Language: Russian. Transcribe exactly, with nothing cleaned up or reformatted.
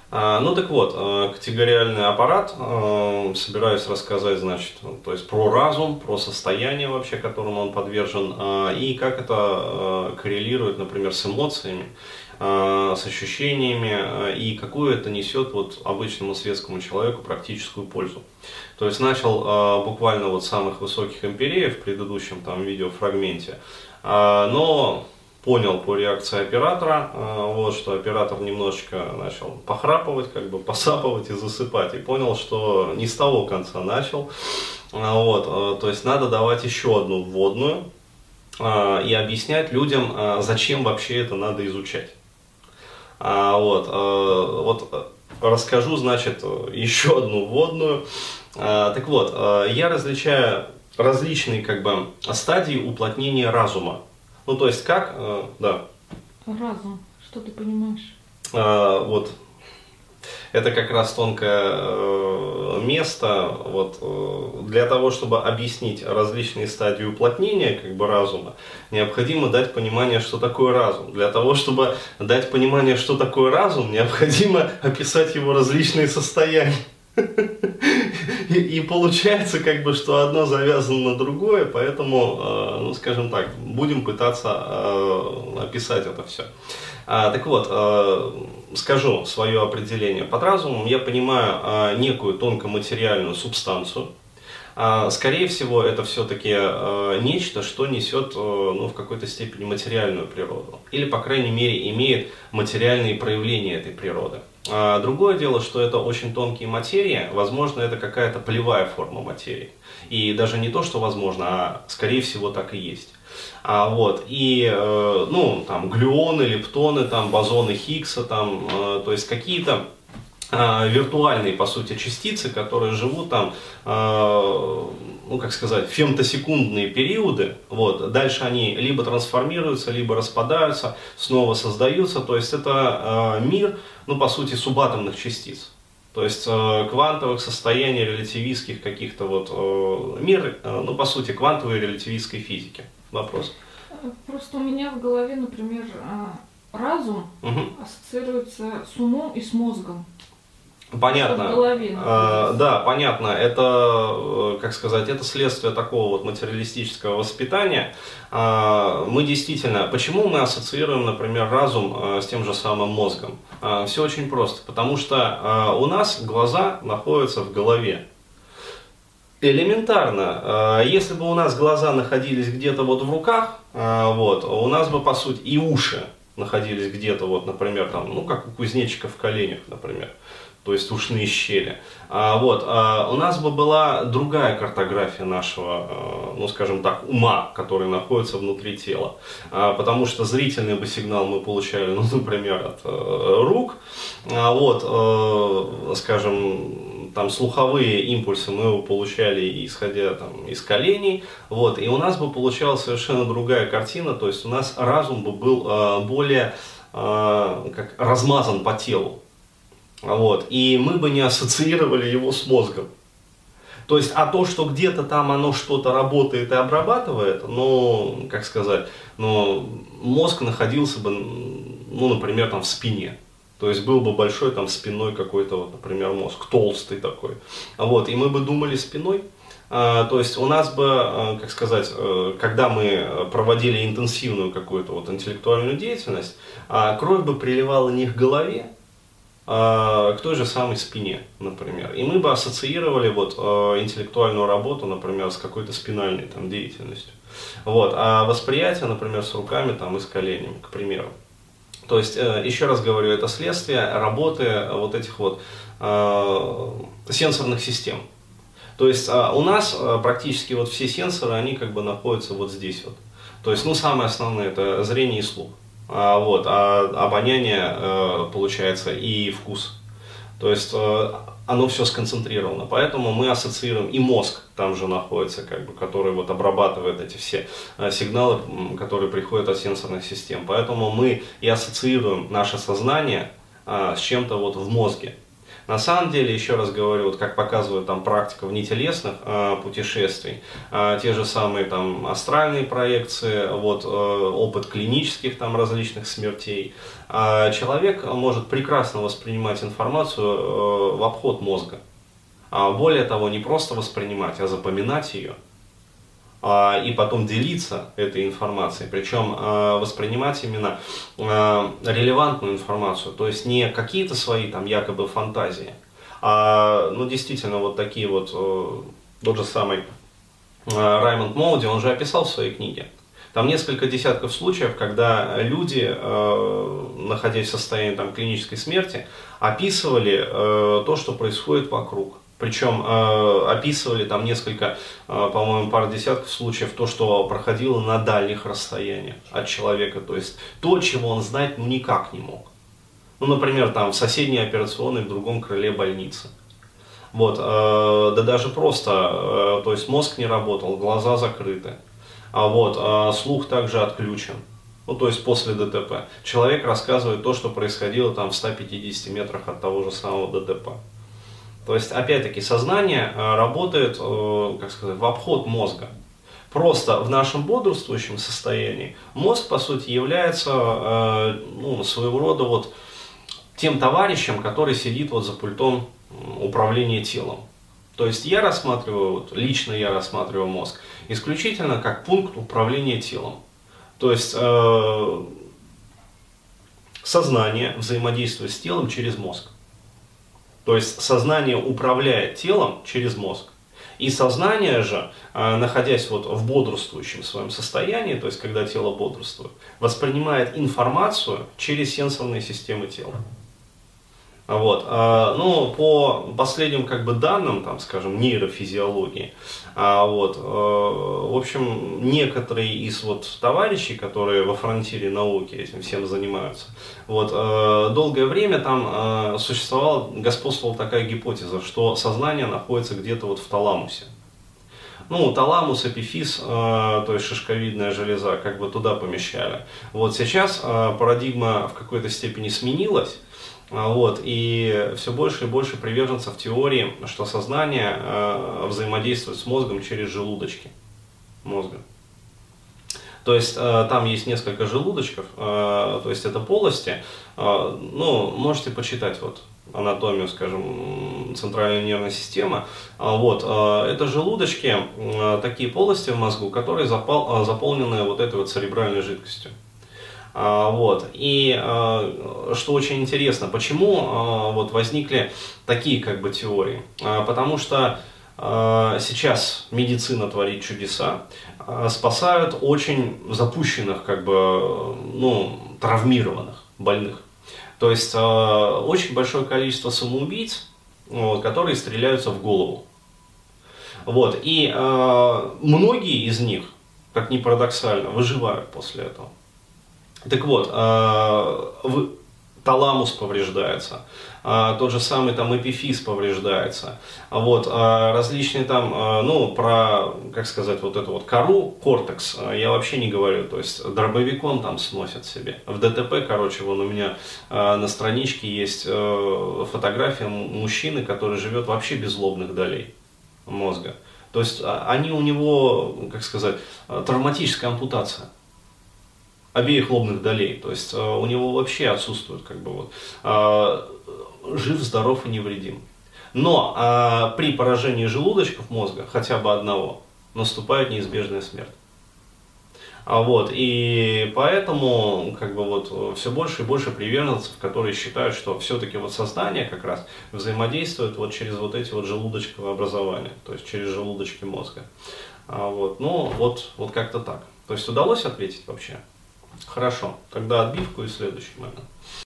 А, ну так вот, э, категориальный аппарат, э, собираюсь рассказать, значит, то есть про разум, про состояние вообще, которому он подвержен, э, и как это э, коррелирует, например, с эмоциями, э, с ощущениями, э, и какую это несет вот обычному светскому человеку практическую пользу. То есть начал э, буквально вот с самых высоких империев в предыдущем там видеофрагменте, э, но понял по реакции оператора, вот, что оператор немножечко начал похрапывать, как бы посапывать и засыпать, и понял, что не с того конца начал, вот, то есть надо давать еще одну вводную и объяснять людям, зачем вообще это надо изучать. Вот, вот расскажу, значит, еще одну вводную. Так вот, я различаю различные как бы стадии уплотнения разума. Ну, то есть, как, э, да. Разум, что ты понимаешь? Э, вот, это как раз тонкое э, место, вот, э, для того, чтобы объяснить различные стадии уплотнения, как бы, разума, необходимо дать понимание, что такое разум. Для того, чтобы дать понимание, что такое разум, необходимо описать его различные состояния. И, и получается, как бы, что одно завязано на другое, поэтому, э, ну, скажем так, будем пытаться э, описать это все. А, так вот, э, скажу свое определение. Под разумом я понимаю э, некую тонкоматериальную субстанцию. А, скорее всего, это все-таки э, нечто, что несет э, ну, в какой-то степени материальную природу. Или, по крайней мере, имеет материальные проявления этой природы. А другое дело, что это очень тонкие материи, возможно, это какая-то полевая форма материи. И даже не то, что возможно, а скорее всего так и есть. А, вот, и, э, ну, там, глюоны, лептоны, там, бозоны Хиггса, там, э, то есть какие-то э, виртуальные, по сути, частицы, которые живут там, э, ну, как сказать, фемтосекундные периоды, вот, дальше они либо трансформируются, либо распадаются, снова создаются, то есть это э, мир, ну, по сути, субатомных частиц. То есть э, квантовых состояний, релятивистских каких-то вот, э, мир, э, ну, по сути, квантовой релятивистской физики. Вопрос. Просто у меня в голове, например, разум угу. ассоциируется с умом и с мозгом. Понятно. В голове, а, да, понятно. Это, как сказать, это следствие такого вот материалистического воспитания. А, мы действительно, почему мы ассоциируем, например, разум с тем же самым мозгом? А, все очень просто. Потому что а, у нас глаза находятся в голове. Элементарно. Если бы у нас глаза находились где-то вот в руках, вот, у нас бы, по сути, и уши находились где-то, вот, например, там, ну, как у кузнечика в коленях, например. То есть ушные щели. А, вот, а, у нас бы была другая картография нашего, а, ну скажем так, ума, который находится внутри тела. А, потому что зрительный бы сигнал мы получали, ну, например, от а, рук. А, вот, а, скажем, там слуховые импульсы мы его получали, исходя там, из коленей. Вот, и у нас бы получалась совершенно другая картина. То есть у нас разум бы был а, более а, как, размазан по телу. Вот, и мы бы не ассоциировали его с мозгом. То есть, а то, что где-то там оно что-то работает и обрабатывает, ну, как сказать, ну, мозг находился бы, ну, например, там в спине. То есть, был бы большой там спиной какой-то, вот, например, мозг, толстый такой. Вот, и мы бы думали спиной. А, то есть, у нас бы, как сказать, когда мы проводили интенсивную какую-то вот интеллектуальную деятельность, кровь бы приливала не к голове, к той же самой спине, например. И мы бы ассоциировали вот, интеллектуальную работу, например, с какой-то спинальной там, деятельностью. Вот. А восприятие, например, с руками там, и с коленями, к примеру. То есть, еще раз говорю, это следствие работы вот этих вот э, сенсорных систем. То есть, у нас практически вот все сенсоры, они как бы находятся вот здесь вот. То есть, ну, самое основное, это зрение и слух. А, вот, а обоняние э, получается и вкус. То есть э, оно все сконцентрировано. Поэтому мы ассоциируем, и мозг там же находится, как бы, который вот обрабатывает эти все э, сигналы, которые приходят от сенсорных систем. Поэтому мы и ассоциируем наше сознание э, с чем-то вот в мозге. На самом деле, еще раз говорю, вот как показывает там практика внетелесных э, путешествий, э, те же самые там астральные проекции, вот, э, опыт клинических там различных смертей, э, человек может прекрасно воспринимать информацию э, в обход мозга. А более того, не просто воспринимать, а запоминать ее. И потом делиться этой информацией, причем воспринимать именно релевантную информацию, то есть не какие-то свои там якобы фантазии, а ну, действительно вот такие вот, тот же самый Раймонд Моуди, он же описал в своей книге. Там несколько десятков случаев, когда люди, находясь в состоянии там, клинической смерти, описывали то, что происходит вокруг. Причем э, описывали там несколько, э, по-моему, пару десятков случаев, то, что проходило на дальних расстояниях от человека. То есть то, чего он знать ну, никак не мог. Ну, например, там в соседней операционной, в другом крыле больницы. Вот, э, да даже просто, э, то есть мозг не работал, глаза закрыты. А вот, э, слух также отключен. Ну, то есть после ДТП. Человек рассказывает то, что происходило там в ста пятидесяти метрах от того же самого ДТП. То есть, опять-таки, сознание работает, как сказать, в обход мозга. Просто в нашем бодрствующем состоянии мозг, по сути, является ну, своего рода вот тем товарищем, который сидит вот за пультом управления телом. То есть я рассматриваю, вот, лично я рассматриваю мозг исключительно как пункт управления телом. То есть э, сознание взаимодействует с телом через мозг. То есть сознание управляет телом через мозг. И сознание же, находясь вот в бодрствующем своем состоянии, то есть когда тело бодрствует, воспринимает информацию через сенсорные системы тела. Вот. Ну, по последним как бы данным, там, скажем, нейрофизиологии, вот, в общем, некоторые из вот товарищей, которые во фронтире науки этим всем занимаются, вот, долгое время там существовала, господствовала такая гипотеза, что сознание находится где-то вот в таламусе. Ну, таламус, эпифиз, э, то есть шишковидная железа, как бы туда помещали. Вот сейчас э, парадигма в какой-то степени сменилась. Вот, и все больше и больше приверженцев теории, что сознание э, взаимодействует с мозгом через желудочки мозга. То есть э, там есть несколько желудочков, э, то есть это полости. Э, ну, можете почитать вот анатомию, скажем, центральной нервной системы. Э, вот, э, это желудочки, э, такие полости в мозгу, которые запол, э, заполнены вот этой вот церебральной жидкостью. Вот. И что очень интересно, почему вот возникли такие как бы теории? Потому что сейчас медицина творит чудеса, спасают очень запущенных, как бы, ну, травмированных, больных. То есть очень большое количество самоубийц, вот, которые стреляются в голову. Вот. И многие из них, как ни парадоксально, выживают после этого. Так вот, э, таламус повреждается, э, тот же самый там эпифиз повреждается, вот, э, различные там, э, ну, про, как сказать, вот эту вот кору, кортекс, э, я вообще не говорю, то есть дробовиком там сносят себе. В ДТП, короче, вон у меня э, на страничке есть э, фотография мужчины, который живет вообще без лобных долей мозга. То есть они у него, как сказать, травматическая ампутация обеих лобных долей, то есть э, у него вообще отсутствует, как бы вот, э, жив, здоров и невредим. Но э, при поражении желудочков мозга, хотя бы одного, наступает неизбежная смерть. А вот, и поэтому, как бы вот, все больше и больше приверженцев, которые считают, что все-таки вот сознание как раз взаимодействует вот через вот эти вот желудочковые образования, то есть через желудочки мозга. А вот, ну, вот, вот как-то так. То есть удалось ответить вообще? Хорошо, тогда отбивку и следующий момент.